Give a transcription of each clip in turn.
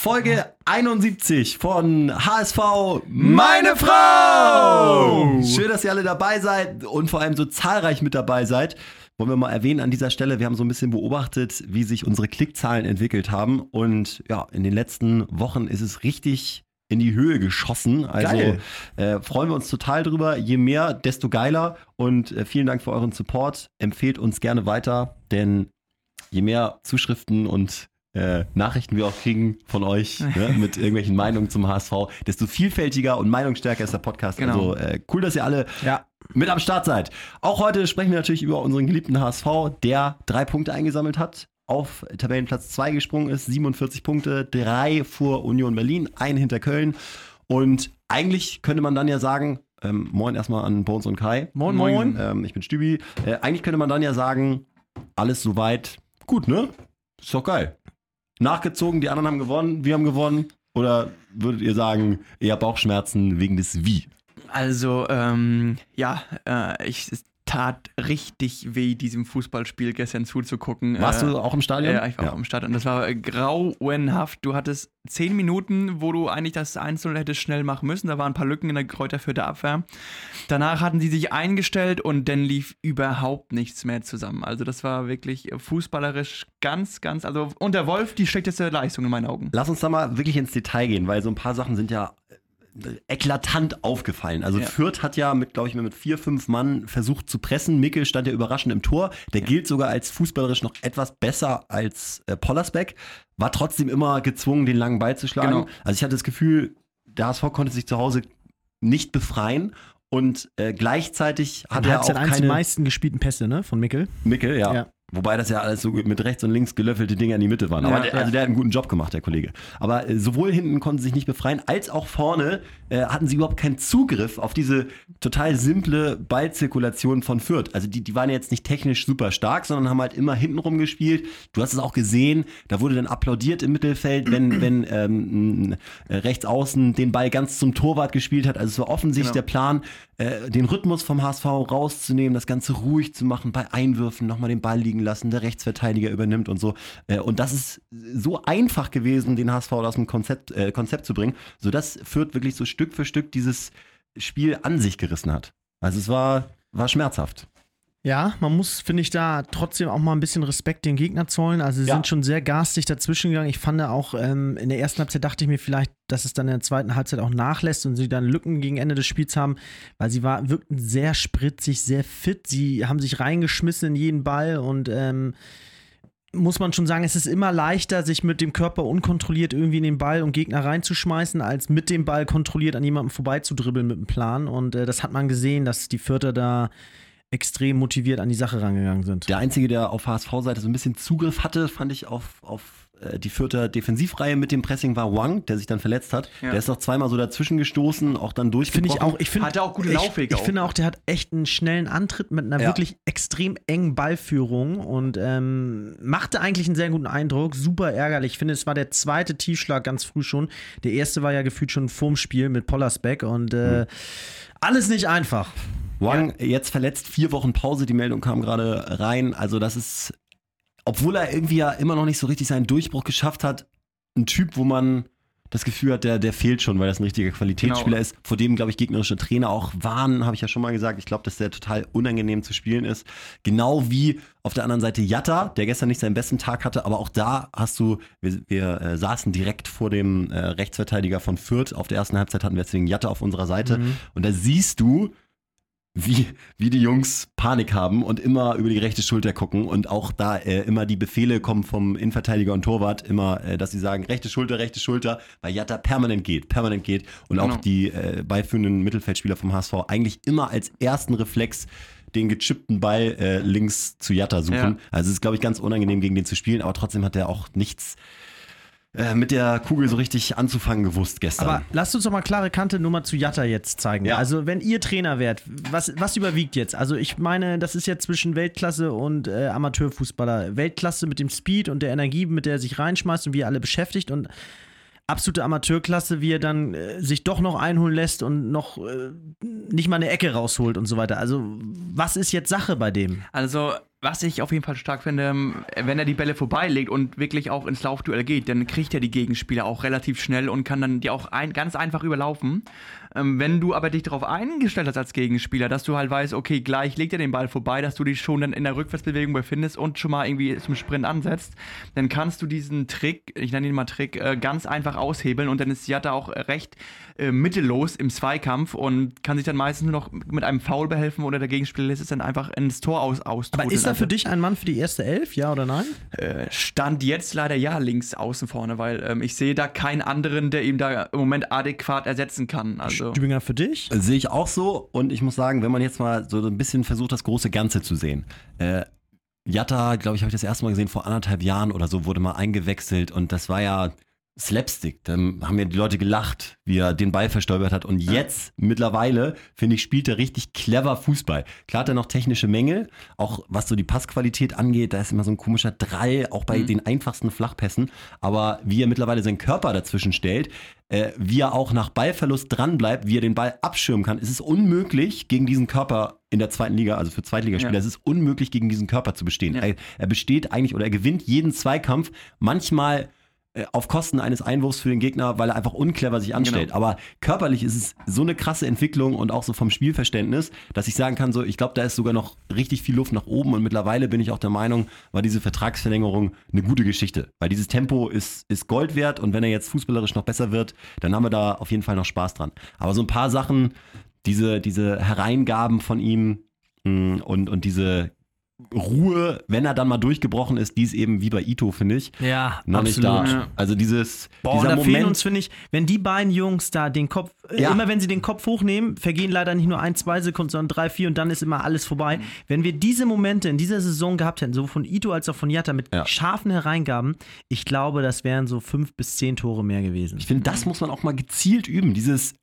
Folge 71 von HSV Meine Frau! Schön, dass ihr alle dabei seid und vor allem so zahlreich mit dabei seid. Wollen wir mal erwähnen an dieser Stelle, wir haben so ein bisschen beobachtet, wie sich unsere Klickzahlen entwickelt haben. Und ja, in den letzten Wochen ist es richtig in die Höhe geschossen. Also freuen wir uns total drüber. Je mehr, desto geiler. Und vielen Dank für euren Support. Empfehlt uns gerne weiter, denn je mehr Zuschriften und Nachrichten wir auch kriegen von euch mit irgendwelchen Meinungen zum HSV, desto vielfältiger und meinungsstärker ist der Podcast. Genau. Also cool, dass ihr alle mit am Start seid. Auch heute sprechen wir natürlich über unseren geliebten HSV, der 3 Punkte eingesammelt hat, auf Tabellenplatz 2 gesprungen ist, 47 Punkte, 3 vor Union Berlin, 1 hinter Köln. Und eigentlich könnte man dann ja sagen, moin erstmal an Bones und Kai. Moin, moin. Ich bin Stübi. Eigentlich könnte man dann ja sagen, alles soweit gut, ne? Ist doch geil. Nachgezogen, die anderen haben gewonnen, wir haben gewonnen. Oder würdet ihr sagen, eher Bauchschmerzen wegen des Wie? Also, es tat richtig weh, diesem Fußballspiel gestern zuzugucken. Warst du auch im Stadion? Ja, ich war auch im Stadion. Das war grauenhaft. Du hattest 10 Minuten, wo du eigentlich das 1-0 hättest schnell machen müssen. Da waren ein paar Lücken in der Kräuter Fürther Abwehr. Danach hatten sie sich eingestellt und dann lief überhaupt nichts mehr zusammen. Also das war wirklich fußballerisch ganz, also unter Wolf die schlechteste Leistung in meinen Augen. Lass uns da mal wirklich ins Detail gehen, weil so ein paar Sachen sind ja eklatant aufgefallen. Also Fürth hat ja mit 4, 5 Mann versucht zu pressen. Mikkel stand ja überraschend im Tor. Der gilt sogar als fußballerisch noch etwas besser als Pollersbeck. War trotzdem immer gezwungen, den langen Ball zu schlagen. Genau. Also ich hatte das Gefühl, der HSV konnte sich zu Hause nicht befreien. Und gleichzeitig hat er auch eins der meisten gespielten Pässe, ne, von Mikkel. Mikkel, ja. Wobei das ja alles so mit rechts und links gelöffelte Dinger in die Mitte waren. Aber der hat einen guten Job gemacht, der Kollege. Aber sowohl hinten konnten sie sich nicht befreien, als auch vorne hatten sie überhaupt keinen Zugriff auf diese total simple Ballzirkulation von Fürth. Also die waren jetzt nicht technisch super stark, sondern haben halt immer hintenrum gespielt. Du hast es auch gesehen, da wurde dann applaudiert im Mittelfeld, wenn rechts außen den Ball ganz zum Torwart gespielt hat. Also es war offensichtlich der Plan, den Rhythmus vom HSV rauszunehmen, das Ganze ruhig zu machen, bei Einwürfen nochmal den Ball liegen lassen, der Rechtsverteidiger übernimmt und so. Und das ist so einfach gewesen, den HSV aus dem Konzept zu bringen, sodass Fürth wirklich so Stück für Stück dieses Spiel an sich gerissen hat. Also es war schmerzhaft. Ja, man muss, finde ich, da trotzdem auch mal ein bisschen Respekt den Gegner zollen. Also sie sind schon sehr garstig dazwischen gegangen. Ich fand auch, in der ersten Halbzeit dachte ich mir vielleicht, dass es dann in der zweiten Halbzeit auch nachlässt und sie dann Lücken gegen Ende des Spiels haben, weil sie wirkten sehr spritzig, sehr fit. Sie haben sich reingeschmissen in jeden Ball und muss man schon sagen, es ist immer leichter, sich mit dem Körper unkontrolliert irgendwie in den Ball und Gegner reinzuschmeißen, als mit dem Ball kontrolliert an jemandem vorbeizudribbeln mit dem Plan. Und das hat man gesehen, dass die Fürther da extrem motiviert an die Sache rangegangen sind. Der Einzige, der auf HSV-Seite so ein bisschen Zugriff hatte, fand ich auf die Fürther Defensivreihe mit dem Pressing, war Wang, der sich dann verletzt hat. Ja. Der ist noch zweimal so dazwischen gestoßen, auch dann durchgebrochen. Hatte auch gute Laufwege. Ich finde auch, der hat echt einen schnellen Antritt mit einer wirklich extrem engen Ballführung und machte eigentlich einen sehr guten Eindruck. Super ärgerlich. Ich finde, es war der zweite Tiefschlag ganz früh schon. Der erste war ja gefühlt schon vorm Spiel mit Pollersbeck und alles nicht einfach. Wang jetzt verletzt, 4 Wochen Pause, die Meldung kam gerade rein. Also das ist, obwohl er irgendwie ja immer noch nicht so richtig seinen Durchbruch geschafft hat, ein Typ, wo man das Gefühl hat, der fehlt schon, weil das ein richtiger Qualitätsspieler ist, vor dem, glaube ich, gegnerische Trainer auch warnen, habe ich ja schon mal gesagt. Ich glaube, dass der total unangenehm zu spielen ist. Genau wie auf der anderen Seite Jatta, der gestern nicht seinen besten Tag hatte, aber auch da hast du, wir saßen direkt vor dem Rechtsverteidiger von Fürth. Auf der ersten Halbzeit hatten wir deswegen Jatta auf unserer Seite. Und da siehst du, wie die Jungs Panik haben und immer über die rechte Schulter gucken und auch da immer die Befehle kommen vom Innenverteidiger und Torwart, immer, dass sie sagen, rechte Schulter, weil Jatta permanent geht und auch die beiführenden Mittelfeldspieler vom HSV eigentlich immer als ersten Reflex den gechippten Ball links zu Jatta suchen. Ja. Also es ist, glaube ich, ganz unangenehm, gegen den zu spielen, aber trotzdem hat er auch nichts mit der Kugel so richtig anzufangen gewusst gestern. Aber lasst uns doch mal klare Kante nur mal zu Jatta jetzt zeigen. Ja. Also wenn ihr Trainer wärt, was überwiegt jetzt? Also ich meine, das ist jetzt zwischen Weltklasse und Amateurfußballer. Weltklasse mit dem Speed und der Energie, mit der er sich reinschmeißt und wie er alle beschäftigt, und absolute Amateurklasse, wie er dann sich doch noch einholen lässt und noch nicht mal eine Ecke rausholt und so weiter. Also was ist jetzt Sache bei dem? Also Was ich auf jeden Fall stark finde, wenn er die Bälle vorbeilegt und wirklich auch ins Laufduell geht, dann kriegt er die Gegenspieler auch relativ schnell und kann dann die auch ganz einfach überlaufen. Wenn du aber dich darauf eingestellt hast als Gegenspieler, dass du halt weißt, okay, gleich legt er den Ball vorbei, dass du dich schon dann in der Rückwärtsbewegung befindest und schon mal irgendwie zum Sprint ansetzt, dann kannst du diesen Trick, ich nenne ihn mal Trick, ganz einfach aushebeln und dann ist Jatta auch recht mittellos im Zweikampf und kann sich dann meistens nur noch mit einem Foul behelfen oder der Gegenspieler lässt es dann einfach ins Tor austrudeln. Aber ist er für dich ein Mann für die erste Elf, ja oder nein? Stand jetzt leider ja links außen vorne, weil ich sehe da keinen anderen, der ihm da im Moment adäquat ersetzen kann. Also Stübinger für dich? Sehe ich auch so und ich muss sagen, wenn man jetzt mal so ein bisschen versucht, das große Ganze zu sehen. Jatta, glaube ich, habe ich das erste Mal gesehen, vor 1,5 Jahren oder so, wurde mal eingewechselt und das war ja Slapstick. Dann haben ja die Leute gelacht, wie er den Ball verstolpert hat und jetzt mittlerweile, finde ich, spielt er richtig clever Fußball. Klar hat er noch technische Mängel, auch was so die Passqualität angeht, da ist immer so ein komischer Drall, auch bei den einfachsten Flachpässen, aber wie er mittlerweile seinen Körper dazwischen stellt, wie er auch nach Ballverlust dranbleibt, wie er den Ball abschirmen kann. Es ist unmöglich, gegen diesen Körper in der zweiten Liga, also für Zweitligaspieler, es ist unmöglich, gegen diesen Körper zu bestehen. Ja. Er besteht eigentlich oder er gewinnt jeden Zweikampf, manchmal auf Kosten eines Einwurfs für den Gegner, weil er einfach unclever sich anstellt. Genau. Aber körperlich ist es so eine krasse Entwicklung und auch so vom Spielverständnis, dass ich sagen kann, so, ich glaube, da ist sogar noch richtig viel Luft nach oben und mittlerweile bin ich auch der Meinung, war diese Vertragsverlängerung eine gute Geschichte. Weil dieses Tempo ist Gold wert und wenn er jetzt fußballerisch noch besser wird, dann haben wir da auf jeden Fall noch Spaß dran. Aber so ein paar Sachen, diese Hereingaben von ihm und diese Ruhe, wenn er dann mal durchgebrochen ist, die ist eben wie bei Ito, finde ich. Ja, noch absolut. Nicht da. Also dieser da Moment. fehlen uns, finde ich, wenn die beiden Jungs da den Kopf, immer wenn sie den Kopf hochnehmen, vergehen leider nicht nur 1, 2 Sekunden, sondern 3, 4 und dann ist immer alles vorbei. Wenn wir diese Momente in dieser Saison gehabt hätten, sowohl von Ito als auch von Jatta mit scharfen Hereingaben, ich glaube, das wären so 5 bis 10 Tore mehr gewesen. Ich finde, das muss man auch mal gezielt üben. Dieses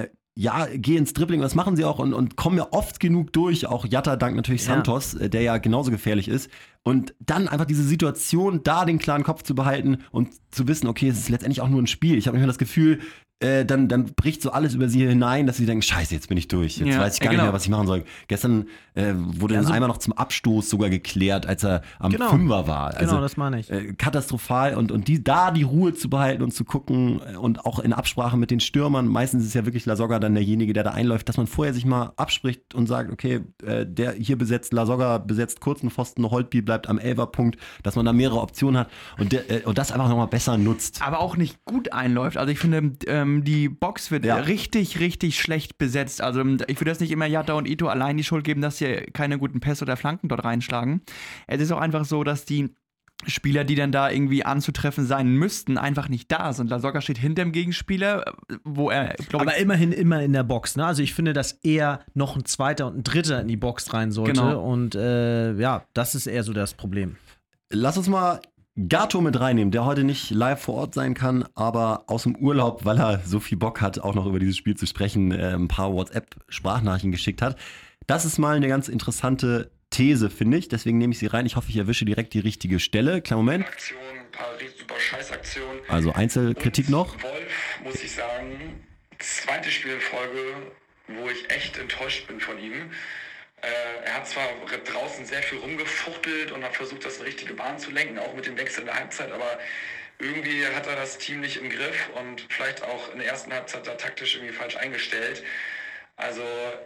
geh ins Dribbling, das machen sie auch und kommen ja oft genug durch, auch Jatta dank natürlich Santos, der ja genauso gefährlich ist. Und dann einfach diese Situation, da den klaren Kopf zu behalten und zu wissen, okay, es ist letztendlich auch nur ein Spiel. Ich habe manchmal das Gefühl, dann bricht so alles über sie hinein, dass sie denken, scheiße, jetzt bin ich durch. Jetzt weiß ich gar nicht mehr, was ich machen soll. Gestern wurde dann einmal noch zum Abstoß sogar geklärt, als er am Fünfer war. Also, das meine ich. Katastrophal und die Ruhe zu behalten und zu gucken und auch in Absprache mit den Stürmern, meistens ist ja wirklich Lasogga dann derjenige, der da einläuft, dass man vorher sich mal abspricht und sagt, okay, der hier besetzt, Lasogga besetzt kurzen Pfosten, Holtby bleibt am 11er-Punkt, dass man da mehrere Optionen hat und das einfach nochmal besser nutzt. Aber auch nicht gut einläuft. Also ich finde, die Box wird richtig, richtig schlecht besetzt. Also ich würde das nicht immer Jatta und Ito allein die Schuld geben, dass sie keine guten Pässe oder Flanken dort reinschlagen. Es ist auch einfach so, dass die Spieler, die dann da irgendwie anzutreffen sein müssten, einfach nicht da sind. Lasogga steht hinter dem Gegenspieler, wo er, glaube ich... Aber immerhin immer in der Box, ne? Also ich finde, dass eher noch ein Zweiter und ein Dritter in die Box rein sollte. Genau. Und das ist eher so das Problem. Lass uns mal Gato mit reinnehmen, der heute nicht live vor Ort sein kann, aber aus dem Urlaub, weil er so viel Bock hat, auch noch über dieses Spiel zu sprechen, ein paar WhatsApp-Sprachnachrichten geschickt hat. Das ist mal eine ganz interessante These, finde ich. Deswegen nehme ich sie rein. Ich hoffe, ich erwische direkt die richtige Stelle. Kleinen Moment. Aktion, ein paar super Scheißaktionen. Also Einzelkritik und noch. Wolf, muss ich sagen, zweite Spielfolge, wo ich echt enttäuscht bin von ihm. Er hat zwar draußen sehr viel rumgefuchtelt und hat versucht, das in richtige Bahn zu lenken, auch mit dem Wechsel in der Halbzeit, aber irgendwie hat er das Team nicht im Griff und vielleicht auch in der ersten Halbzeit da taktisch irgendwie falsch eingestellt. Also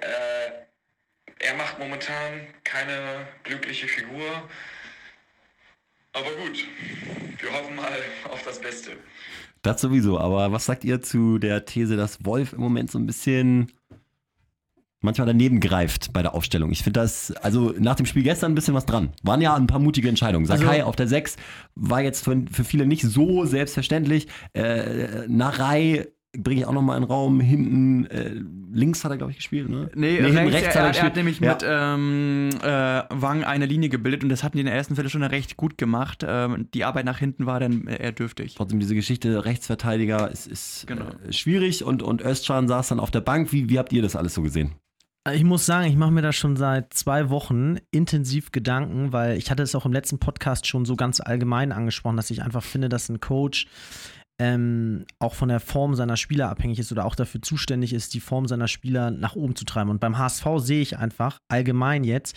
er macht momentan keine glückliche Figur, aber gut, wir hoffen mal auf das Beste. Das sowieso, aber was sagt ihr zu der These, dass Wolf im Moment so ein bisschen manchmal daneben greift bei der Aufstellung? Ich finde das, also nach dem Spiel gestern ein bisschen was dran. Waren ja ein paar mutige Entscheidungen. Sakai auf der 6 war jetzt für viele nicht so selbstverständlich. Narei bringe ich auch nochmal in den Raum. Hinten, links hat er, glaube ich, gespielt, ne? Nee, rechts hat er hat nämlich mit Wang eine Linie gebildet und das hatten die in der ersten Viertelstunde recht gut gemacht. Die Arbeit nach hinten war dann eher dürftig. Trotzdem, diese Geschichte Rechtsverteidiger ist schwierig und Özcan saß dann auf der Bank. Wie habt ihr das alles so gesehen? Ich muss sagen, ich mache mir da schon seit 2 Wochen intensiv Gedanken, weil ich hatte es auch im letzten Podcast schon so ganz allgemein angesprochen, dass ich einfach finde, dass ein Coach auch von der Form seiner Spieler abhängig ist oder auch dafür zuständig ist, die Form seiner Spieler nach oben zu treiben. Und beim HSV sehe ich einfach allgemein jetzt,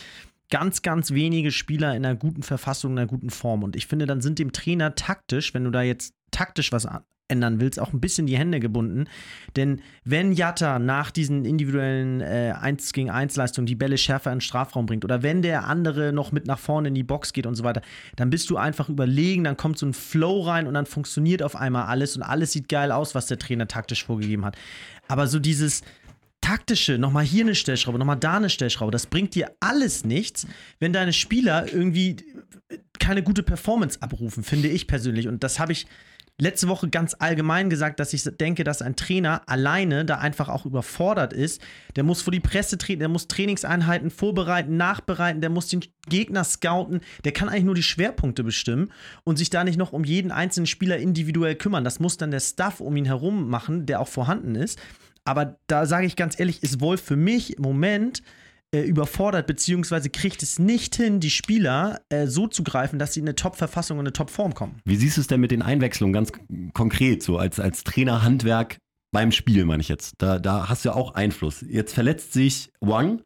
ganz, ganz wenige Spieler in einer guten Verfassung, in einer guten Form. Und ich finde, dann sind dem Trainer taktisch, wenn du da jetzt taktisch was ändern willst, auch ein bisschen die Hände gebunden. Denn wenn Jatta nach diesen individuellen 1-gegen-1-Leistungen die Bälle schärfer in den Strafraum bringt oder wenn der andere noch mit nach vorne in die Box geht und so weiter, dann bist du einfach überlegen, dann kommt so ein Flow rein und dann funktioniert auf einmal alles und alles sieht geil aus, was der Trainer taktisch vorgegeben hat. Aber so dieses taktische, nochmal hier eine Stellschraube, nochmal da eine Stellschraube, das bringt dir alles nichts, wenn deine Spieler irgendwie keine gute Performance abrufen, finde ich persönlich. Und das habe ich letzte Woche ganz allgemein gesagt, dass ich denke, dass ein Trainer alleine da einfach auch überfordert ist. Der muss vor die Presse treten, der muss Trainingseinheiten vorbereiten, nachbereiten, der muss den Gegner scouten, der kann eigentlich nur die Schwerpunkte bestimmen und sich da nicht noch um jeden einzelnen Spieler individuell kümmern. Das muss dann der Staff um ihn herum machen, der auch vorhanden ist. Aber da sage ich ganz ehrlich, ist Wolf für mich im Moment überfordert, beziehungsweise kriegt es nicht hin, die Spieler so zu greifen, dass sie in eine Top-Verfassung und eine Top-Form kommen. Wie siehst du es denn mit den Einwechslungen ganz konkret, so als Trainerhandwerk beim Spiel, meine ich jetzt? Da hast du ja auch Einfluss. Jetzt verletzt sich Wang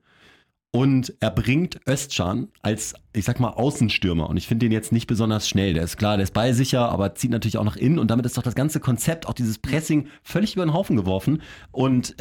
und er bringt Özcan als, ich sag mal, Außenstürmer. Und ich finde den jetzt nicht besonders schnell. Der ist klar, der ist ballsicher, aber zieht natürlich auch nach innen. Und damit ist doch das ganze Konzept, auch dieses Pressing, völlig über den Haufen geworfen. Und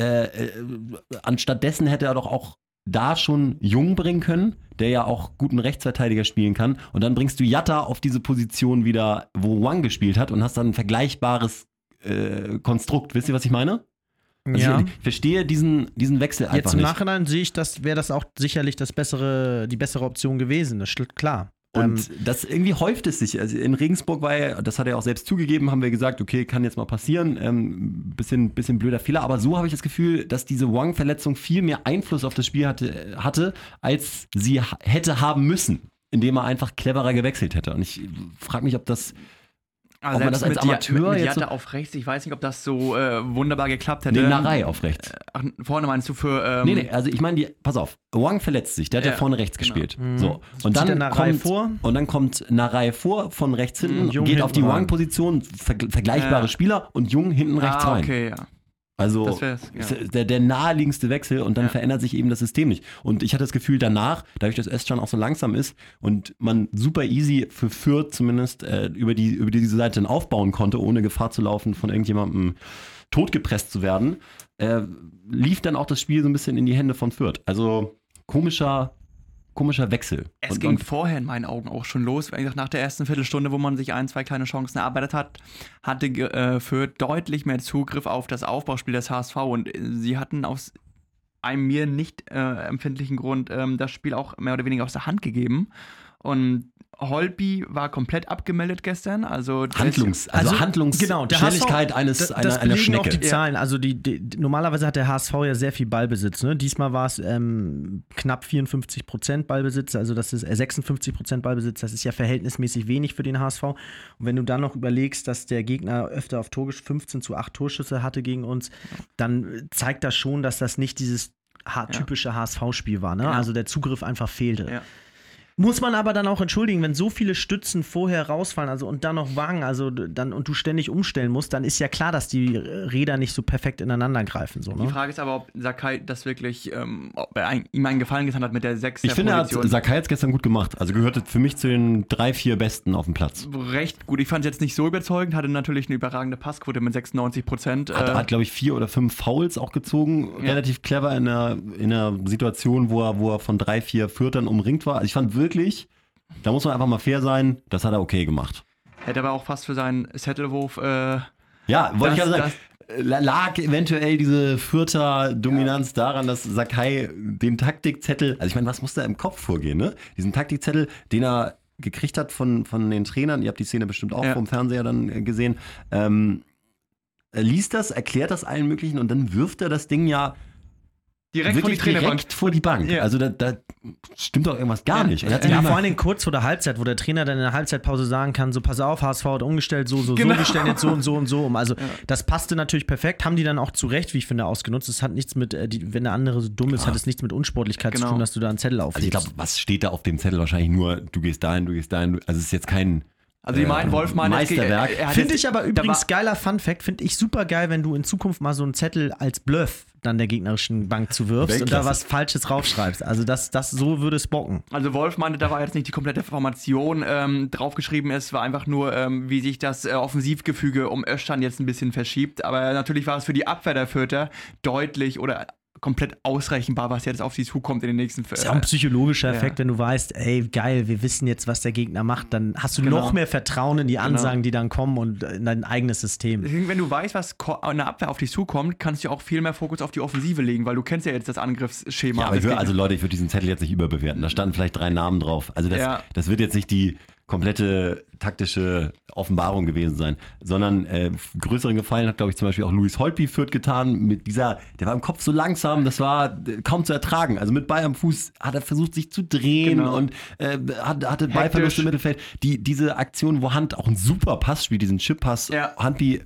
anstattdessen hätte er doch auch da schon Jung bringen können, der ja auch guten Rechtsverteidiger spielen kann. Und dann bringst du Jatta auf diese Position wieder, wo Wang gespielt hat und hast dann ein vergleichbares Konstrukt. Wisst ihr, was ich meine? Also Ja. ich verstehe diesen Wechsel einfach Jetzt im nicht. Nachhinein sehe ich, wäre das auch sicherlich die bessere Option gewesen. Das ist klar. Und das irgendwie häuft es sich. Also in Regensburg war er, das hat er auch selbst zugegeben, haben wir gesagt, okay, kann jetzt mal passieren. Bisschen blöder Fehler. Aber so habe ich das Gefühl, dass diese Wang-Verletzung viel mehr Einfluss auf das Spiel hatte, als sie hätte haben müssen, indem er einfach cleverer gewechselt hätte. Und ich frage mich, ob man das als Amateur mit jetzt so, Jatta auf rechts, ich weiß nicht, ob das so wunderbar geklappt hätte. nee, Narei auf rechts. Ach, vorne meinst du für Nee, also ich meine, pass auf, Wang verletzt sich, der hat ja vorne rechts genau. gespielt. Mhm. So. Zieht der Narei vor? Und dann kommt Narei vor, von rechts hinten, Jung geht auf die hinten rein. Wang-Position, vergleichbare Spieler und Jung hinten rechts rein. Okay, ja. Also Das wär's, ja. ist der naheliegendste Wechsel und dann verändert sich eben das System nicht. Und ich hatte das Gefühl danach, dadurch, dass Özcan auch so langsam ist und man super easy für Fürth zumindest über diese Seite dann aufbauen konnte, ohne Gefahr zu laufen, von irgendjemandem totgepresst zu werden, lief dann auch das Spiel so ein bisschen in die Hände von Fürth. Also komischer Wechsel. Es ging vorher in meinen Augen auch schon los. Wie gesagt, nach der ersten Viertelstunde, wo man sich 1-2 kleine Chancen erarbeitet hat, hatte Fürth deutlich mehr Zugriff auf das Aufbauspiel des HSV und sie hatten aus einem mir nicht empfindlichen Grund das Spiel auch mehr oder weniger aus der Hand gegeben. Und Holtby war komplett abgemeldet gestern. Also Genau, der Schnelligkeit das einer belegen Schnecke. auch die Zahlen. Also normalerweise hat der HSV ja sehr viel Ballbesitz. Ne? Diesmal war es knapp 54% Ballbesitz, also das ist 56% Ballbesitz. Das ist ja verhältnismäßig wenig für den HSV. Und wenn du dann noch überlegst, dass der Gegner öfter auf 15:8 Torschüsse hatte gegen uns, dann zeigt das schon, dass das nicht dieses typische HSV-Spiel war. Ne? Genau. Also der Zugriff einfach fehlte. Ja. Muss man aber dann auch entschuldigen, wenn so viele Stützen vorher rausfallen, also und dann noch Wang, und du ständig umstellen musst, dann ist ja klar, dass die Räder nicht so perfekt ineinander greifen. So, ne? Die Frage ist aber, ob Sakai das wirklich ob er ihm einen Gefallen getan hat mit der 6. Ich finde, Sakai hat es gestern gut gemacht. Also gehörte für mich zu den 3-4 Besten auf dem Platz. Recht gut. Ich fand es jetzt nicht so überzeugend, hatte natürlich eine überragende Passquote mit 96%. Hat glaube ich, 4 oder 5 Fouls auch gezogen. Ja. Relativ clever in einer Situation, wo er von 3-4 Fürtern umringt war. Also ich fand wirklich, da muss man einfach mal fair sein, das hat er okay gemacht. Hätte aber auch fast für seinen Settelwurf ja, wollte ich gerade sagen. Lag eventuell diese Fürther Dominanz daran, dass Sakai den Taktikzettel, also ich meine, was muss da im Kopf vorgehen, ne? Diesen Taktikzettel, den er gekriegt hat von den Trainern, ihr habt die Szene bestimmt auch vom Fernseher dann gesehen, er liest das, erklärt das allen möglichen und dann wirft er das Ding ja direkt vor die Bank. Ja. Also da stimmt doch irgendwas gar nicht. Vor allen Dingen kurz vor der Halbzeit, wo der Trainer dann in der Halbzeitpause sagen kann, so pass auf, HSV hat umgestellt, so, wir stellen jetzt so und so und so um. Also das passte natürlich perfekt, haben die dann auch zu Recht, wie ich finde, ausgenutzt. Das hat nichts mit, wenn der andere so dumm ist, hat es nichts mit Unsportlichkeit zu tun, dass du da einen Zettel auflegst. Also ich glaube, was steht da auf dem Zettel? Wahrscheinlich nur, du gehst dahin. Also es ist jetzt kein Also Wolf meinte, Meisterwerk. Finde ich aber übrigens geiler Funfact, finde ich super geil, wenn du in Zukunft mal so einen Zettel als Bluff dann der gegnerischen Bank zuwirfst und da was Falsches draufschreibst. Also das so würde es bocken. Also Wolf meinte, da war jetzt nicht die komplette Formation draufgeschrieben, es war einfach nur, wie sich das Offensivgefüge um Özcan jetzt ein bisschen verschiebt. Aber natürlich war es für die Abwehr der Fürther deutlich oder komplett ausrechenbar, was jetzt auf sie zukommt in den nächsten Das ist ja auch ein psychologischer Effekt, wenn du weißt, ey, geil, wir wissen jetzt, was der Gegner macht, dann hast du noch mehr Vertrauen in die Ansagen, die dann kommen und in dein eigenes System. Deswegen, wenn du weißt, was in der Abwehr auf dich zukommt, kannst du auch viel mehr Fokus auf die Offensive legen, weil du kennst ja jetzt das Angriffsschema. Ja, aber ich würde diesen Zettel jetzt nicht überbewerten. Da standen vielleicht 3 Namen drauf. Also das wird jetzt nicht die komplette taktische Offenbarung gewesen sein, sondern größeren Gefallen hat, glaube ich, zum Beispiel auch Louis Holtby Fürth getan, der war im Kopf so langsam, das war kaum zu ertragen. Also mit Ball am Fuß hat er versucht, sich zu drehen und hatte Ballverlust im Mittelfeld. Diese Aktion, wo Hand auch einen super Pass spielt, diesen Chip-Pass, Holtby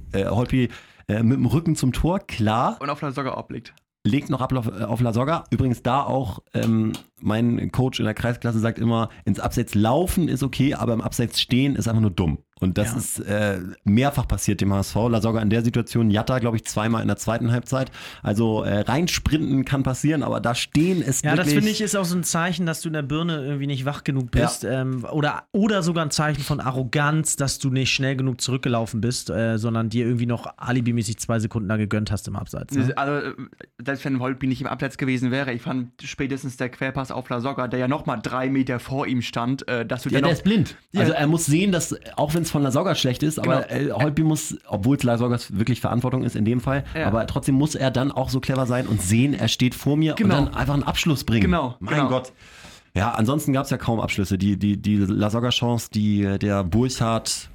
mit dem Rücken zum Tor, klar. Und auf der Socke abliegt. Legt noch ab auf Lasogga. Übrigens da auch, mein Coach in der Kreisklasse sagt immer, ins Abseits laufen ist okay, aber im Abseits stehen ist einfach nur dumm. Und das ist mehrfach passiert dem HSV. Lasogga in der Situation, Jatta, glaube ich, 2-mal in der zweiten Halbzeit. Also reinsprinten kann passieren, aber da stehen ist wirklich... Ja, das finde ich ist auch so ein Zeichen, dass du in der Birne irgendwie nicht wach genug bist. Ja. Oder sogar ein Zeichen von Arroganz, dass du nicht schnell genug zurückgelaufen bist, sondern dir irgendwie noch alibimäßig 2 Sekunden da gegönnt hast im Abseits. Ne? Also, selbst wenn Holtby nicht im Abseits gewesen wäre, ich fand spätestens der Querpass auf Lasogga, der ja nochmal 3 Meter vor ihm stand, dass du der ist blind. Ja. Also er muss sehen, dass, auch wenn es von Lasogga schlecht ist, aber Holtby muss, obwohl es Lasoggas wirklich Verantwortung ist in dem Fall, aber trotzdem muss er dann auch so clever sein und sehen, er steht vor mir und dann einfach einen Abschluss bringen. Mein Gott. Ja, ansonsten gab es ja kaum Abschlüsse. Die Lasogga-Chance, die der Burchardt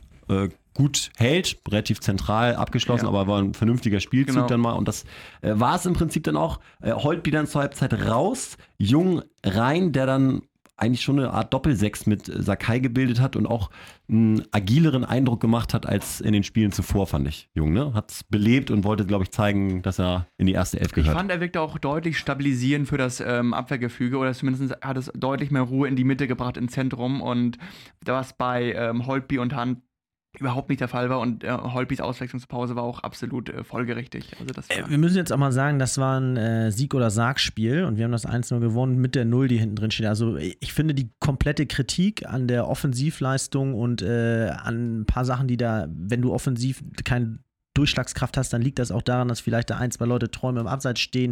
gut hält, relativ zentral abgeschlossen, aber war ein vernünftiger Spielzug dann mal und das war es im Prinzip dann auch. Holtby dann zur Halbzeit raus, Jung rein, der dann eigentlich schon eine Art Doppelsechs mit Sakai gebildet hat und auch einen agileren Eindruck gemacht hat als in den Spielen zuvor, fand ich. Jung, ne? Hat es belebt und wollte, glaube ich, zeigen, dass er in die erste Elf gehört. Ich fand, er wirkte auch deutlich stabilisierend für das Abwehrgefüge oder zumindest hat es deutlich mehr Ruhe in die Mitte gebracht, ins Zentrum und was bei Holtby und Hand überhaupt nicht der Fall war und Holtbys Auswechslungspause war auch absolut folgerichtig. Also das wir müssen jetzt auch mal sagen, das war ein Sieg- oder Sarg-Spiel und wir haben das 1-0 gewonnen mit der 0, die hinten drin steht. Also ich finde die komplette Kritik an der Offensivleistung und an ein paar Sachen, die da, wenn du offensiv keine Durchschlagskraft hast, dann liegt das auch daran, dass vielleicht da 1, 2 Leute Träume im Abseits stehen.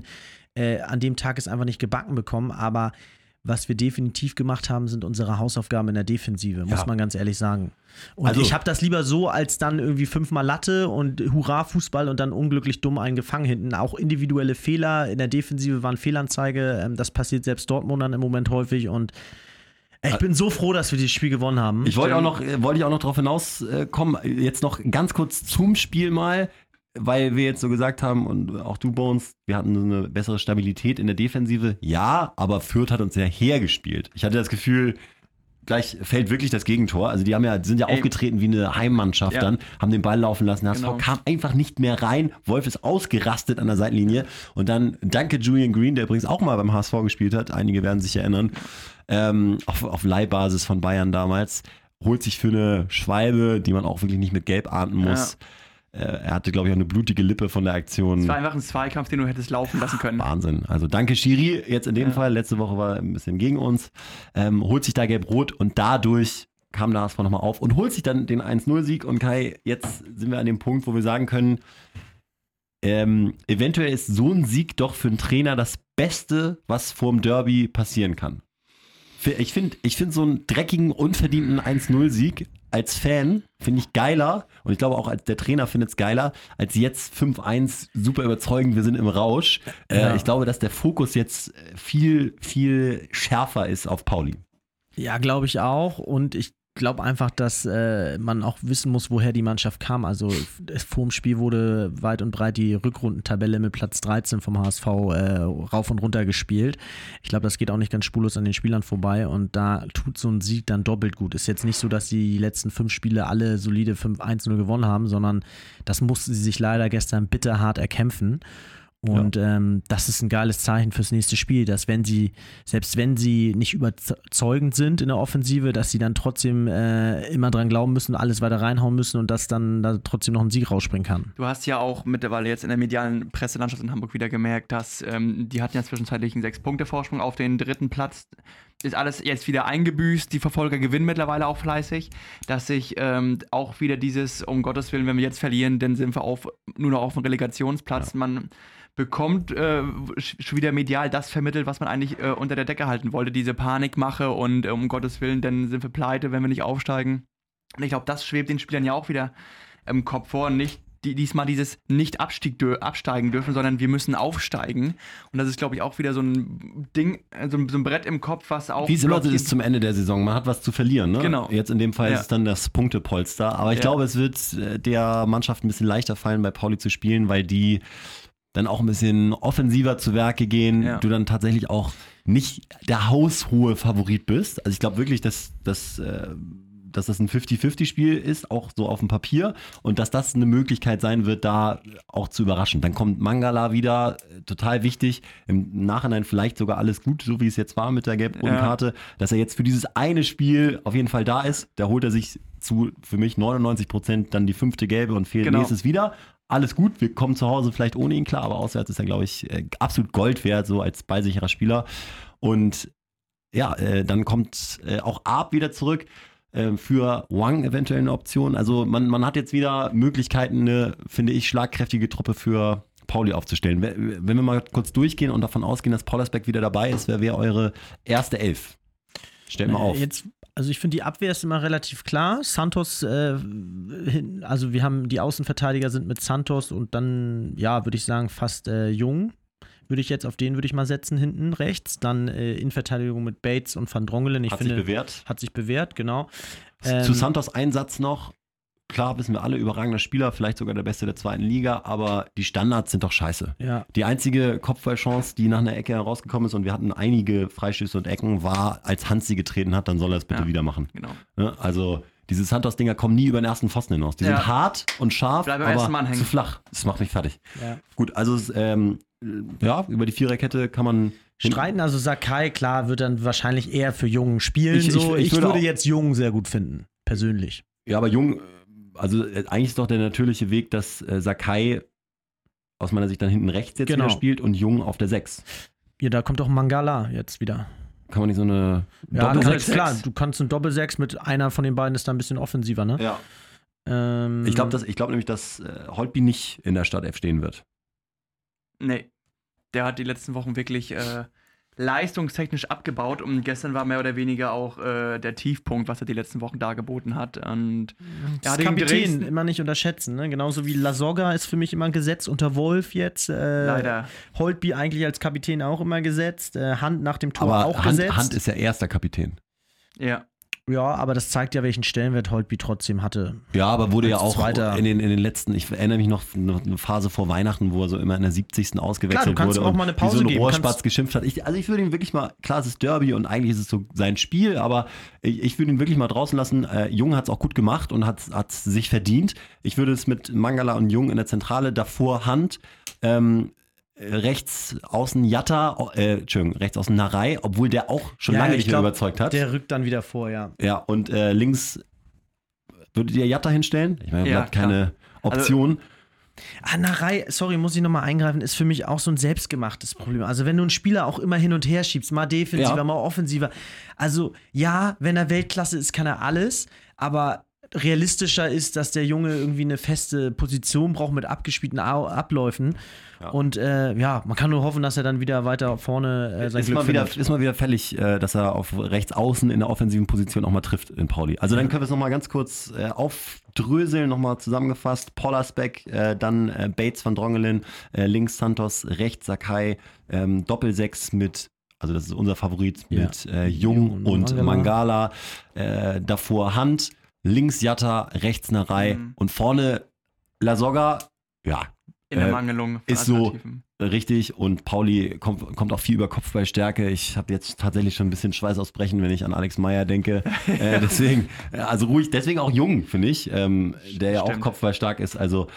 An dem Tag ist einfach nicht gebacken bekommen, aber was wir definitiv gemacht haben, sind unsere Hausaufgaben in der Defensive, muss man ganz ehrlich sagen. Und also, ich habe das lieber so, als dann irgendwie 5-mal Latte und Hurra-Fußball und dann unglücklich dumm einen gefangen hinten. Auch individuelle Fehler in der Defensive waren Fehlanzeige. Das passiert selbst Dortmundern im Moment häufig und ich bin so froh, dass wir dieses Spiel gewonnen haben. Ich wollte auch noch darauf hinauskommen, jetzt noch ganz kurz zum Spiel mal, weil wir jetzt so gesagt haben und auch du, Bones, wir hatten so eine bessere Stabilität in der Defensive. Ja, aber Fürth hat uns ja hergespielt. Ich hatte das Gefühl, gleich fällt wirklich das Gegentor. Also die sind ja aufgetreten wie eine Heimmannschaft dann, haben den Ball laufen lassen. Der HSV kam einfach nicht mehr rein. Wolf ist ausgerastet an der Seitenlinie. Und dann, danke Julian Green, der übrigens auch mal beim HSV gespielt hat. Einige werden sich erinnern. Auf Leihbasis von Bayern damals. Holt sich für eine Schwalbe, die man auch wirklich nicht mit Gelb ahnden muss. Er hatte, glaube ich, auch eine blutige Lippe von der Aktion. Es war einfach ein Zweikampf, den du hättest laufen lassen können. Wahnsinn. Also danke Schiri, jetzt in dem Fall. Letzte Woche war er ein bisschen gegen uns. Holt sich da Gelb-Rot und dadurch kam der HSV nochmal auf und holt sich dann den 1-0-Sieg. Und Kai, jetzt sind wir an dem Punkt, wo wir sagen können, eventuell ist so ein Sieg doch für einen Trainer das Beste, was vorm Derby passieren kann. Ich finde so einen dreckigen, unverdienten 1-0-Sieg als Fan finde ich geiler und ich glaube auch als der Trainer findet es geiler, als jetzt 5-1 super überzeugend, wir sind im Rausch. Ich glaube, dass der Fokus jetzt viel, viel schärfer ist auf Pauli. Ja, glaube ich auch und ich glaube einfach, dass man auch wissen muss, woher die Mannschaft kam. Also vor dem Spiel wurde weit und breit die Rückrundentabelle mit Platz 13 vom HSV rauf und runter gespielt. Ich glaube, das geht auch nicht ganz spurlos an den Spielern vorbei und da tut so ein Sieg dann doppelt gut. Ist jetzt nicht so, dass die letzten 5 Spiele alle solide 5-1-0 gewonnen haben, sondern das mussten sie sich leider gestern bitterhart erkämpfen. Und das ist ein geiles Zeichen fürs nächste Spiel, dass selbst wenn sie nicht überzeugend sind in der Offensive, dass sie dann trotzdem immer dran glauben müssen, alles weiter reinhauen müssen und dass dann da trotzdem noch ein Sieg rausspringen kann. Du hast ja auch mittlerweile jetzt in der medialen Presselandschaft in Hamburg wieder gemerkt, dass die hatten ja zwischenzeitlich einen 6-Punkte-Vorsprung auf den 3. Platz. Ist alles jetzt wieder eingebüßt, die Verfolger gewinnen mittlerweile auch fleißig, dass sich auch wieder dieses, um Gottes Willen, wenn wir jetzt verlieren, dann sind wir nur noch auf dem Relegationsplatz. Ja. Man bekommt schon wieder medial das vermittelt, was man eigentlich unter der Decke halten wollte, diese Panikmache und um Gottes Willen, dann sind wir pleite, wenn wir nicht aufsteigen. Und ich glaube, das schwebt den Spielern ja auch wieder im Kopf vor, nicht diesmal dieses nicht absteigen dürfen, sondern wir müssen aufsteigen. Und das ist, glaube ich, auch wieder so ein Ding, so ein Brett im Kopf, was auch... Wie es immer so ist zum Ende der Saison. Man hat was zu verlieren, ne? Genau. Jetzt in dem Fall ist es dann das Punktepolster. Aber ich glaube, es wird der Mannschaft ein bisschen leichter fallen, bei Pauli zu spielen, weil die dann auch ein bisschen offensiver zu Werke gehen. Ja. Du dann tatsächlich auch nicht der haushohe Favorit bist. Also ich glaube wirklich, dass das ein 50-50-Spiel ist, auch so auf dem Papier, und dass das eine Möglichkeit sein wird, da auch zu überraschen. Dann kommt Mangala wieder, total wichtig, im Nachhinein vielleicht sogar alles gut, so wie es jetzt war mit der gelb-roten Karte, dass er jetzt für dieses eine Spiel auf jeden Fall da ist. Da holt er sich zu, für mich 99% dann die 5. Gelbe und fehlt nächstes wieder. Alles gut, wir kommen zu Hause vielleicht ohne ihn klar, aber auswärts ist er, glaube ich, absolut Gold wert, so als ballsicherer Spieler. Und ja, dann kommt auch Arp wieder zurück. Für Wang eventuell eine Option. Also man hat jetzt wieder Möglichkeiten, eine, finde ich, schlagkräftige Truppe für Pauli aufzustellen. Wenn wir mal kurz durchgehen und davon ausgehen, dass Pollersbeck wieder dabei ist, wer wäre eure erste Elf? Stellt mal auf. Also ich finde, die Abwehr ist immer relativ klar. Santos, also wir haben die Außenverteidiger sind mit Santos und dann, ja, würde ich sagen, fast Jung. Auf den würde ich mal setzen, hinten rechts. Dann Innenverteidigung mit Bates und Van Drongelen. Hat sich bewährt, genau. Zu Santos ein Satz noch. Klar, wissen wir alle, überragender Spieler, vielleicht sogar der Beste der 2. Liga, aber die Standards sind doch scheiße. Ja. Die einzige Kopfballchance, die nach einer Ecke herausgekommen ist, und wir hatten einige Freistöße und Ecken, war, als Hans sie getreten hat, dann soll er es bitte wieder machen. Genau. Ja, also diese Santos-Dinger kommen nie über den ersten Pfosten hinaus. Die sind hart und scharf, aber zu flach. Das macht mich fertig. Ja. Gut, also über die Viererkette kann man streiten. Also Sakai, klar, wird dann wahrscheinlich eher für Jung spielen. Ich würde jetzt Jung sehr gut finden, persönlich. Ja, aber Jung, also eigentlich ist doch der natürliche Weg, dass Sakai aus meiner Sicht dann hinten rechts jetzt wieder spielt und Jung auf der 6. Ja, da kommt doch Mangala jetzt wieder. Kann man nicht so eine Doppel-6? Klar, du kannst ein Doppel-6 mit einer von den beiden, ist da ein bisschen offensiver, ne? Ja. Ich glaube nämlich, dass Holtby nicht in der Startelf stehen wird. Nee, der hat die letzten Wochen wirklich leistungstechnisch abgebaut und gestern war mehr oder weniger auch der Tiefpunkt, was er die letzten Wochen dargeboten hat. Und das Kapitän immer nicht unterschätzen, ne? Genauso wie Lasogga ist für mich immer gesetzt, unter Wolf jetzt. Leider. Holtby eigentlich als Kapitän auch immer gesetzt, Hand nach dem Tor auch gesetzt. Hand ist ja erster Kapitän. Ja. Ja, aber das zeigt ja, welchen Stellenwert Holtby trotzdem hatte. Ja, aber wurde ja auch in den letzten, ich erinnere mich noch eine Phase vor Weihnachten, wo er so immer in der 70. ausgewechselt wurde. Klar, du kannst auch mal eine Pause geben. Wie so ein Rohrspatz geschimpft hat. Ich würde ihn wirklich mal, klar, es ist Derby und eigentlich ist es so sein Spiel, aber ich würde ihn wirklich mal draußen lassen. Jung hat es auch gut gemacht und hat es sich verdient. Ich würde es mit Mangala und Jung in der Zentrale, davor Hand, rechts außen Jatta, rechts außen Narei, obwohl der auch schon lange nicht mehr überzeugt hat. Der rückt dann wieder vor, ja. Ja, und links würdet ihr Jatta hinstellen? Ich meine, bleibt keine Option. Narei, sorry, muss ich nochmal eingreifen, ist für mich auch so ein selbstgemachtes Problem. Also wenn du einen Spieler auch immer hin und her schiebst, mal defensiver, mal offensiver. Also ja, wenn er Weltklasse ist, kann er alles, aber realistischer ist, dass der Junge irgendwie eine feste Position braucht mit abgespielten Abläufen. Ja. Und man kann nur hoffen, dass er dann wieder weiter vorne sein Glück findet. Ist mal wieder fällig, dass er auf rechts außen in der offensiven Position auch mal trifft in Pauli. Also dann können wir es nochmal ganz kurz aufdröseln, nochmal zusammengefasst. Pollersbeck, dann Bates, Van Drongelen, links Santos, rechts Sakai, Doppel-6 mit, also das ist unser Favorit, mit Jung und Mangala. Davor Hand, links Jatta, rechts Narei und vorne Lasogga, In der Mangelung. Ist so richtig und Pauli kommt auch viel über Kopfballstärke. Ich habe jetzt tatsächlich schon ein bisschen Schweißausbrechen, wenn ich an Alex Meyer denke. Deswegen, also ruhig, deswegen auch jung, finde ich, der ja auch kopfballstark ist. Also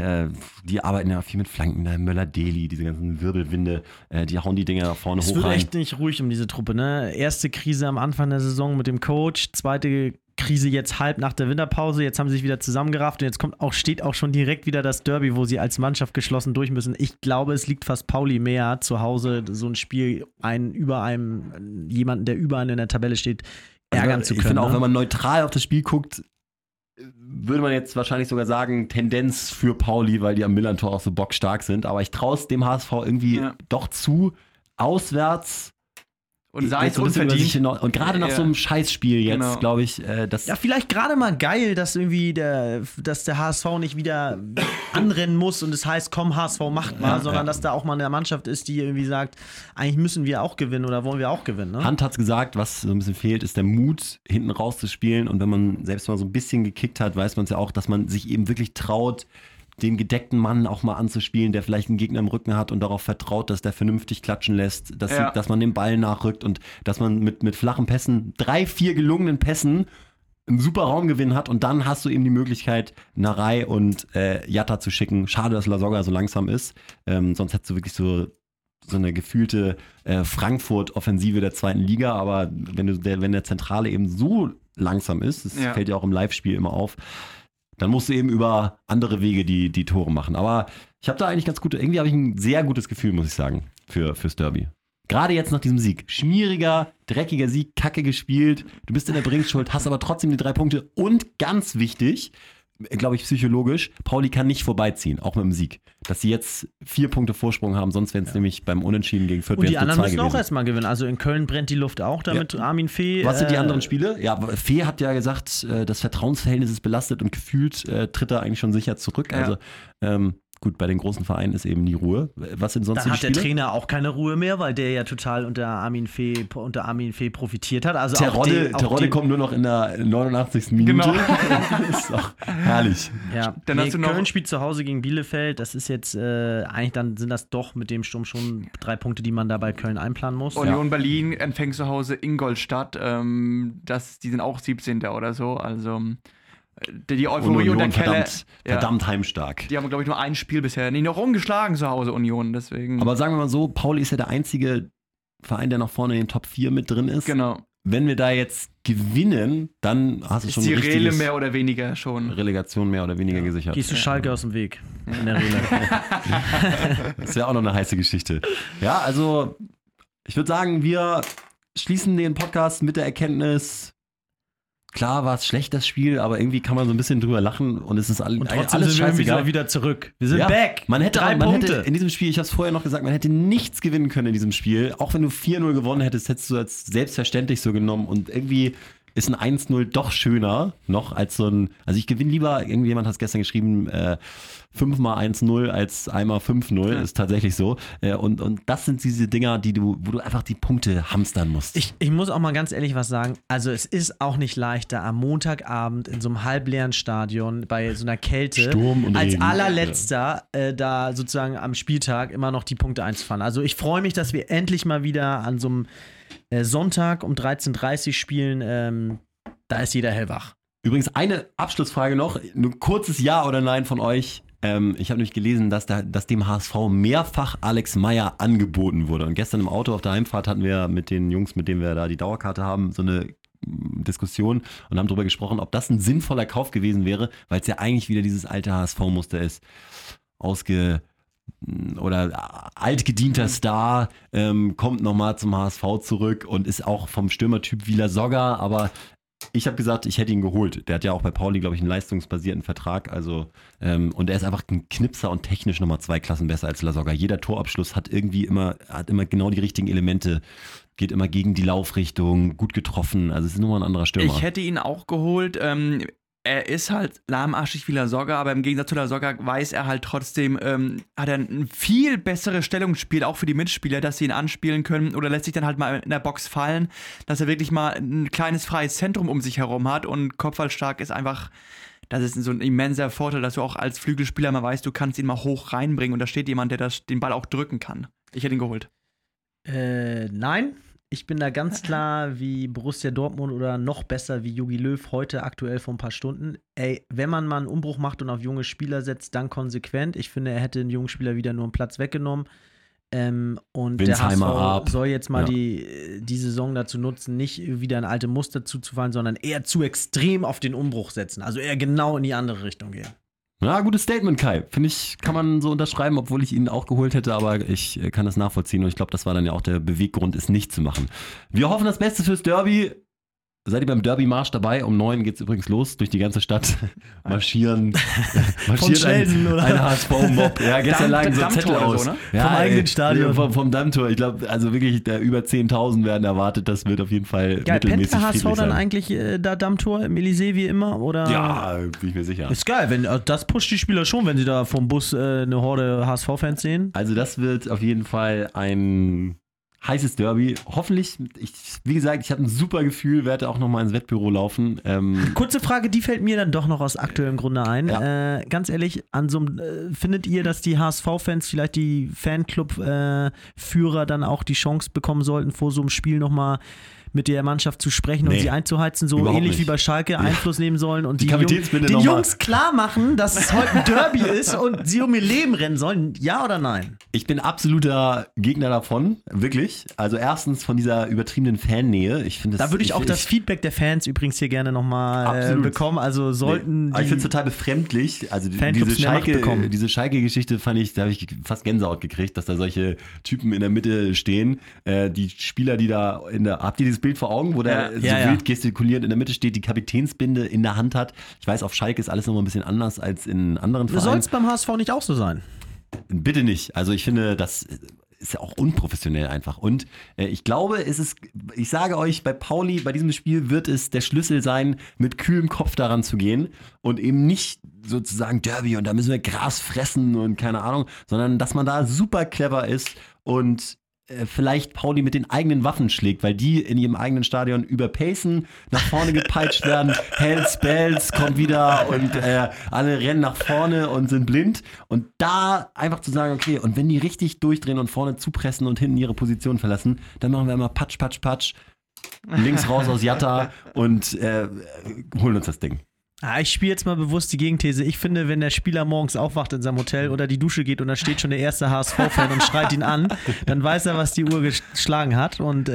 die arbeiten ja viel mit Flanken, Möller-Deli, diese ganzen Wirbelwinde, die hauen die Dinger da vorne hoch rein. Es wird echt nicht ruhig um diese Truppe, ne? Erste Krise am Anfang der Saison mit dem Coach, zweite Krise jetzt halb nach der Winterpause, jetzt haben sie sich wieder zusammengerafft und jetzt steht auch schon direkt wieder das Derby, wo sie als Mannschaft geschlossen durch müssen. Ich glaube, es liegt fast Pauli mehr zu Hause, so ein Spiel jemanden, der über einen in der Tabelle steht, ärgern zu können. Ich finde auch, wenn man neutral auf das Spiel guckt, würde man jetzt wahrscheinlich sogar sagen, Tendenz für Pauli, weil die am Millern-Tor auch so bockstark sind, aber ich traue es dem HSV irgendwie doch zu, auswärts. Und sei es unverdient. Und gerade nach so einem Scheißspiel jetzt, glaube ich, das... Ja, vielleicht gerade mal geil, dass irgendwie dass der HSV nicht wieder anrennen muss und es heißt, komm, HSV macht mal, sondern dass da auch mal eine Mannschaft ist, die irgendwie sagt, eigentlich müssen wir auch gewinnen oder wollen wir auch gewinnen. Ne? Hand hat's gesagt, was so ein bisschen fehlt, ist der Mut, hinten rauszuspielen. Und wenn man selbst mal so ein bisschen gekickt hat, weiß man es ja auch, dass man sich eben wirklich traut, den gedeckten Mann auch mal anzuspielen, der vielleicht einen Gegner im Rücken hat und darauf vertraut, dass der vernünftig klatschen lässt, dass man den Ball nachrückt und dass man mit flachen Pässen, 3-4 gelungenen Pässen einen super Raumgewinn hat und dann hast du eben die Möglichkeit, Narei und Jatta zu schicken. Schade, dass Lasogga so langsam ist, sonst hättest du wirklich so eine gefühlte Frankfurt-Offensive der zweiten Liga, aber wenn der Zentrale eben so langsam ist, das fällt ja auch im Live-Spiel immer auf, dann musst du eben über andere Wege die Tore machen. Aber ich habe da eigentlich irgendwie habe ich ein sehr gutes Gefühl, muss ich sagen, fürs Derby. Gerade jetzt nach diesem Sieg. Schmieriger, dreckiger Sieg, kacke gespielt. Du bist in der Bringschuld, hast aber trotzdem die 3 Punkte. Und ganz wichtig, glaube ich, psychologisch, Pauli kann nicht vorbeiziehen, auch mit dem Sieg. Dass sie jetzt 4 Punkte Vorsprung haben, sonst wären es nämlich beim Unentschieden gegen Fürth. Und die anderen müssen auch erstmal gewinnen. Also in Köln brennt die Luft auch, damit Armin Fee. Was sind die anderen Spiele? Ja, Fee hat ja gesagt, das Vertrauensverhältnis ist belastet und gefühlt tritt er eigentlich schon sicher zurück. Ja. Also gut, bei den großen Vereinen ist eben nie Ruhe. Was sind sonst die Spiele? Da hat der Trainer auch keine Ruhe mehr, weil der ja total unter Armin Fee profitiert hat. Also Terodde kommt nur noch in der 89. Minute. Genau. Das ist auch herrlich. Ja, dann hast du noch Köln spielt zu Hause gegen Bielefeld. Das ist jetzt eigentlich dann sind das doch mit dem Sturm schon 3 Punkte, die man da bei Köln einplanen muss. Union Berlin empfängt zu Hause Ingolstadt. Die sind auch 17. oder so. Also die Euphorie und der Keller. Verdammt heimstark. Die haben, glaube ich, nur ein Spiel bisher. Noch ungeschlagen zu Hause, Union. Deswegen. Aber sagen wir mal so, Pauli ist ja der einzige Verein, der noch vorne in den Top 4 mit drin ist. Genau. Wenn wir da jetzt gewinnen, dann hast du schon die Rele mehr oder weniger schon. Relegation mehr oder weniger gesichert. Gehst du Schalke aus dem Weg in der Rele. Das wäre auch noch eine heiße Geschichte. Ja, also ich würde sagen, wir schließen den Podcast mit der Erkenntnis, klar war es schlecht, das Spiel, aber irgendwie kann man so ein bisschen drüber lachen und es ist und trotzdem alles scheißegal. Wir wieder zurück. Wir sind back. Man hätte in diesem Spiel, ich habe es vorher noch gesagt, man hätte nichts gewinnen können in diesem Spiel. Auch wenn du 4-0 gewonnen hättest du als selbstverständlich so genommen und irgendwie ist ein 1-0 doch schöner noch als so ein, also ich gewinne lieber, irgendjemand hat es gestern geschrieben, 5-mal 1-0 als einmal 5-0, ist tatsächlich so. Und das sind diese Dinger, wo du einfach die Punkte hamstern musst. Ich muss auch mal ganz ehrlich was sagen, also es ist auch nicht leichter am Montagabend in so einem halbleeren Stadion bei so einer Kälte Sturm und als Regen. allerletzter da sozusagen am Spieltag immer noch die Punkte einzufahren. Also ich freue mich, dass wir endlich mal wieder an so einem Sonntag um 13:30 Uhr spielen, da ist jeder hellwach. Übrigens eine Abschlussfrage noch, ein kurzes Ja oder Nein von euch. Ich habe nämlich gelesen, dass dem HSV mehrfach Alex Meyer angeboten wurde. Und gestern im Auto auf der Heimfahrt hatten wir mit den Jungs, mit denen wir da die Dauerkarte haben, so eine Diskussion und haben darüber gesprochen, ob das ein sinnvoller Kauf gewesen wäre, weil es ja eigentlich wieder dieses alte HSV-Muster ist. Altgedienter Star, kommt nochmal zum HSV zurück und ist auch vom Stürmertyp wie Lasogga, aber ich habe gesagt, ich hätte ihn geholt. Der hat ja auch bei Pauli, glaube ich, einen leistungsbasierten Vertrag, also und er ist einfach ein Knipser und technisch nochmal 2 Klassen besser als Lasogga. Jeder Torabschluss hat immer genau die richtigen Elemente, geht immer gegen die Laufrichtung, gut getroffen, also es ist nochmal ein anderer Stürmer. Ich hätte ihn auch geholt, er ist halt lahmarschig wie Lasogga, aber im Gegensatz zu Lasogga weiß er halt trotzdem, hat er ein viel besseres Stellungsspiel, auch für die Mitspieler, dass sie ihn anspielen können oder lässt sich dann halt mal in der Box fallen, dass er wirklich mal ein kleines freies Zentrum um sich herum hat und kopfballstark ist einfach das ist so ein immenser Vorteil, dass du auch als Flügelspieler mal weißt, du kannst ihn mal hoch reinbringen und da steht jemand, der den Ball auch drücken kann. Ich hätte ihn geholt. Nein. Ich bin da ganz klar wie Borussia Dortmund oder noch besser wie Jogi Löw heute aktuell vor ein paar Stunden. Ey, wenn man mal einen Umbruch macht und auf junge Spieler setzt, dann konsequent. Ich finde, er hätte einen jungen Spieler wieder nur einen Platz weggenommen. Und Winsheimer der HSV ab. soll jetzt mal die Saison dazu nutzen, nicht wieder in alte Muster zuzufallen, sondern eher zu extrem auf den Umbruch setzen. Also eher genau in die andere Richtung gehen. Ja, gutes Statement, Kai. Finde ich, kann man so unterschreiben, obwohl ich ihn auch geholt hätte, aber ich kann das nachvollziehen und ich glaube, das war dann ja auch der Beweggrund, es nicht zu machen. Wir hoffen das Beste fürs Derby. Seid ihr beim Derby-Marsch dabei? Um 9 geht es übrigens los, durch die ganze Stadt marschiert ein HSV-Mob. Ja, gestern lagen so Zettel aus. So, ne? Ja, vom eigenen Stadion. Vom Dammtor. Ich glaube, also wirklich, über 10.000 werden erwartet. Das wird auf jeden Fall Geil, mittelmäßig pennt der HSV friedlich dann sein. eigentlich da Dammtor im Elysée wie immer? Oder? Ja, bin ich mir sicher. Ist geil, das pusht die Spieler schon, wenn sie da vom Bus eine Horde HSV-Fans sehen. Also das wird auf jeden Fall ein heißes Derby. Hoffentlich, wie gesagt, ich habe ein super Gefühl, werde auch nochmal ins Wettbüro laufen. Kurze Frage, die fällt mir dann doch noch aus aktuellem Grunde ein. Ja. Ganz ehrlich, findet ihr, dass die HSV-Fans vielleicht die Fanclub-Führer dann auch die Chance bekommen sollten, vor so einem Spiel nochmal mit der Mannschaft zu sprechen und sie einzuheizen, so überhaupt ähnlich nicht. wie bei Schalke Einfluss nehmen sollen und Die Kapitänsbinde den noch mal. Jungs klar machen, dass es heute ein Derby ist und sie um ihr Leben rennen sollen? Ja oder nein? Ich bin absoluter Gegner davon, wirklich. Also erstens von dieser übertriebenen Fannähe. Ich finde, Da würde ich auch das Feedback der Fans übrigens hier gerne nochmal bekommen. Also sollten ich finde es total befremdlich. Also Fanclubs mehr Macht bekommen. diese Schalke-Geschichte da habe ich fast Gänsehaut gekriegt, dass da solche Typen in der Mitte stehen. Die Spieler, die da habt ihr dieses Bild vor Augen, wo der wild gestikulierend in der Mitte steht, die Kapitänsbinde in der Hand hat. Ich weiß, auf Schalke ist alles nochmal ein bisschen anders als in anderen Vereinen. Soll es beim HSV nicht auch so sein? Bitte nicht. Also ich finde, das ist ja auch unprofessionell einfach. Und ich glaube, ich sage euch, bei Pauli, bei diesem Spiel wird es der Schlüssel sein, mit kühlem Kopf daran zu gehen und eben nicht sozusagen Derby und da müssen wir Gras fressen und keine Ahnung, sondern dass man da super clever ist und vielleicht Pauli mit den eigenen Waffen schlägt, weil die in ihrem eigenen Stadion überpacen, nach vorne gepeitscht werden, Hells Bells kommt wieder und alle rennen nach vorne und sind blind und da einfach zu sagen, okay, und wenn die richtig durchdrehen und vorne zupressen und hinten ihre Position verlassen, dann machen wir immer Patsch, Patsch, Patsch, links raus aus Jatta und holen uns das Ding. Ich spiele jetzt mal bewusst die Gegenthese. Ich finde, wenn der Spieler morgens aufwacht in seinem Hotel oder die Dusche geht und da steht schon der erste HSV-Fan und schreit ihn an, dann weiß er, was die Uhr geschlagen hat. Und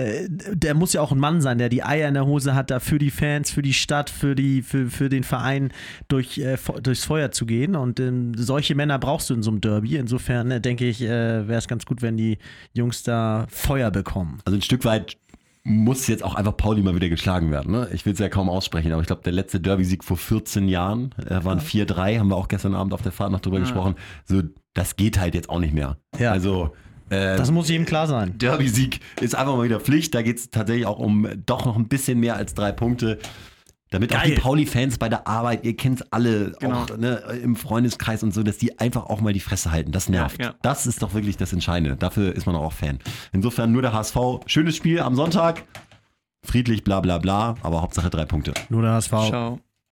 der muss ja auch ein Mann sein, der die Eier in der Hose hat, da für die Fans, für die Stadt, für den Verein durchs Feuer zu gehen. Und solche Männer brauchst du in so einem Derby. Insofern denke ich, wäre es ganz gut, wenn die Jungs da Feuer bekommen. Also ein Stück weit muss jetzt auch einfach Pauli mal wieder geschlagen werden. Ne? Ich will es ja kaum aussprechen, aber ich glaube, der letzte Derby-Sieg vor 14 Jahren waren 4-3, haben wir auch gestern Abend auf der Fahrt noch drüber gesprochen. So, das geht halt jetzt auch nicht mehr. Ja. Also das muss jedem klar sein. Derby-Sieg ist einfach mal wieder Pflicht. Da geht es tatsächlich auch um doch noch ein bisschen mehr als 3 Punkte. Damit auch die Pauli-Fans bei der Arbeit, ihr kennt es alle, auch im Freundeskreis und so, dass die einfach auch mal die Fresse halten. Das nervt. Ja. Das ist doch wirklich das Entscheidende. Dafür ist man auch Fan. Insofern nur der HSV. Schönes Spiel am Sonntag. Friedlich, bla bla bla, aber Hauptsache 3 Punkte. Nur der HSV. Ciao.